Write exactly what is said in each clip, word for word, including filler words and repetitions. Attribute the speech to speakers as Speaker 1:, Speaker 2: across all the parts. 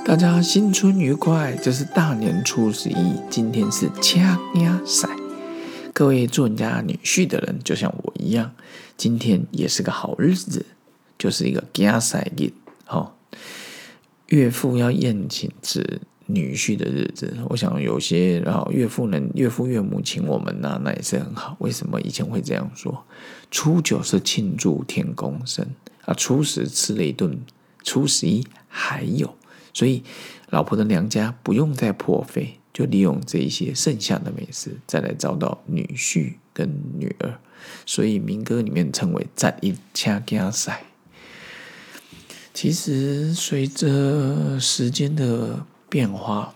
Speaker 1: 大家新春愉快！这是大年初十一，今天是掐压赛。各位做人家女婿的人，就像我一样，今天也是个好日子，就是一个掐赛日。哦，岳父要宴请子女婿的日子，我想有些然后岳父能岳父岳母请我们呢、啊，那也是很好。为什么以前会这样说？初九是庆祝天公生啊，初十吃了一顿，初十一还有。所以老婆的娘家不用再破费，就利用这一些剩下的美食，再来找到女婿跟女儿。所以民歌里面称为十一车仔赛。其实随着时间的变化，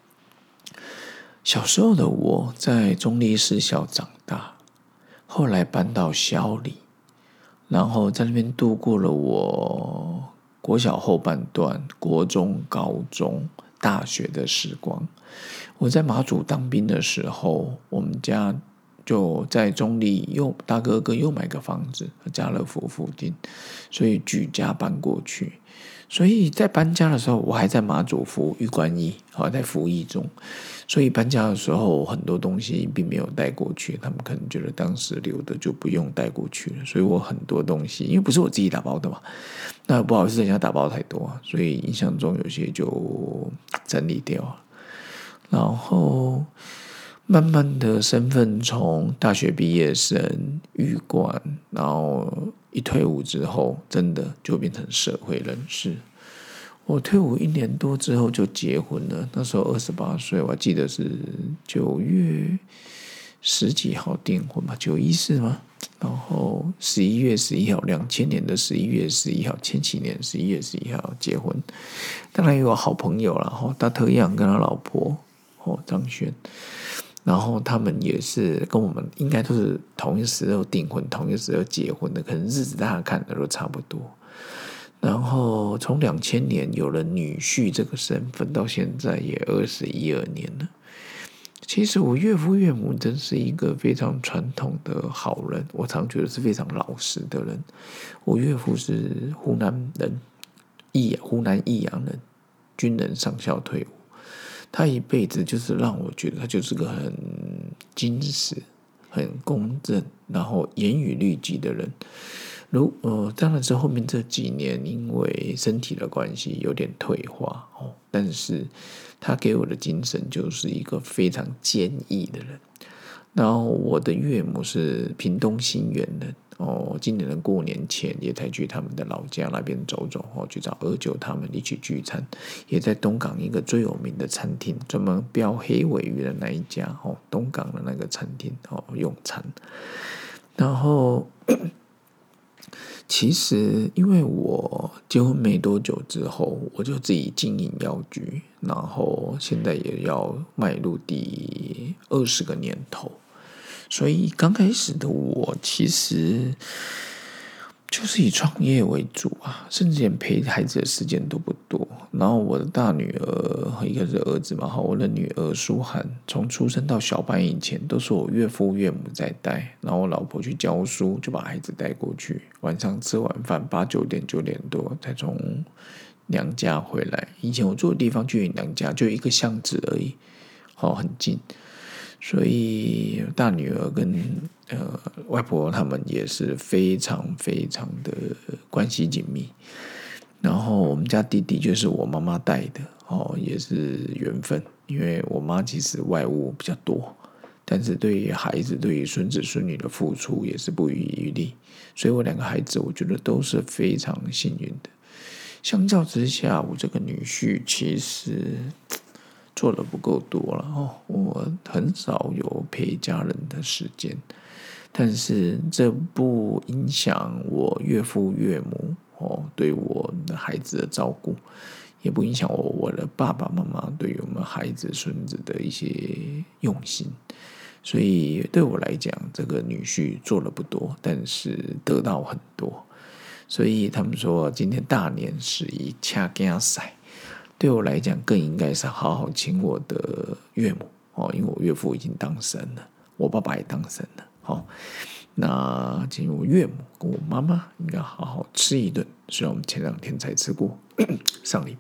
Speaker 1: 小时候的我在中立市校长大，后来搬到小里，然后在那边度过了我国小后半段、国中、高中、大学的时光。我在马祖当兵的时候，我们家就在中立又大哥哥又买个房子，家乐福附近，所以举家搬过去。所以在搬家的时候，我还在马祖服玉观役，还在服役中。所以搬家的时候，很多东西并没有带过去，他们可能觉得当时留的就不用带过去了。所以我很多东西，因为不是我自己打包的嘛，那不好意思，人家打包太多，所以印象中有些就整理掉了。然后慢慢的身份从大学毕业生、预管，然后一退伍之后，真的就变成社会人士。我退伍一年多之后就结婚了，那时候二十八岁，我记得是九月十几号订婚吧，九一四吗？然后十一月十一号，两千年的十一月十一号，千禧年十一月十一号结婚。当然有好朋友啦，吼，大特样跟他老婆，吼，张轩。然后他们也是跟我们应该都是同一时候订婚，同一时候结婚的，可能日子大家看的都差不多。然后从两千年有了女婿这个身份，到现在也二十一二年了。其实我岳父岳母真是一个非常传统的好人，我常觉得是非常老实的人。我岳父是湖南人，义湖南益阳人，军人上校退伍。他一辈子就是让我觉得他就是个很矜持、很公正，然后严于律己的人。如呃，当然是后面这几年因为身体的关系有点退化哦，但是他给我的精神就是一个非常坚毅的人。然后我的岳母是屏东新园人哦，今年的过年前也才去他们的老家那边走走哦，去找二舅他们一起聚餐，也在东港一个最有名的餐厅，专门标黑鲔鱼的那一家哦，东港的那个餐厅哦用餐。然后其实因为我结婚没多久之后，我就自己经营药局，然后现在也要迈入第二十个年头。所以刚开始的我其实就是以创业为主啊，甚至连陪孩子的时间都不多。然后我的大女儿，一个是儿子嘛，我的女儿舒涵，从出生到小班以前都是我岳父岳母在带，然后我老婆去教书，就把孩子带过去，晚上吃完饭八九点九点多才从娘家回来。以前我住的地方距离娘家就一个巷子而已，哦，很近。所以大女儿跟呃外婆他们也是非常非常的关系紧密。然后我们家弟弟就是我妈妈带的哦，也是缘分，因为我妈其实外务比较多，但是对于孩子、对于孙子孙女的付出也是不遗余力，所以我两个孩子我觉得都是非常幸运的。相较之下，我这个女婿其实做的不够多了哦，我很少有陪家人的时间，但是这不影响我岳父岳母哦对我的孩子的照顾，也不影响我我的爸爸妈妈对于我们孩子孙子的一些用心。所以对我来讲，这个女婿做了不多，但是得到很多。所以他们说今天大年十一掐架赛，对我来讲更应该是好好请我的岳母哦，因为我岳父已经当神了，我爸爸也当神了哦。那请我岳母跟我妈妈应该好好吃一顿，虽然我们前两天才吃过，上礼拜。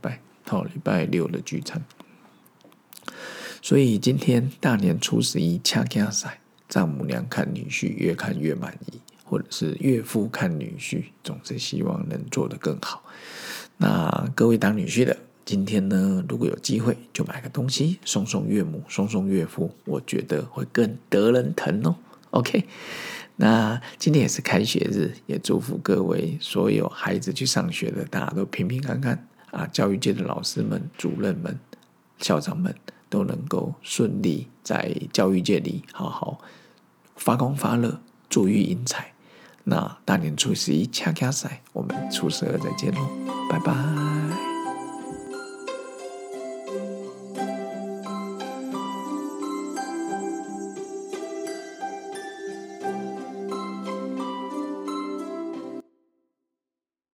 Speaker 1: 好，礼拜六的聚餐。所以今天大年初十一掐掐赛，丈母娘看女婿越看越满意，或者是岳父看女婿，总是希望能做得更好。那各位当女婿的，今天呢，如果有机会就买个东西送送岳母，送送岳父，我觉得会更得人疼哦。OK， 那今天也是开学日，也祝福各位所有孩子去上学的，大家都平平安安啊！教育界的老师们、主任们、校长们都能够顺利在教育界里好好发光发热，助育英才。那大年初十一掐掐赛，我们初十二再见喽，拜拜。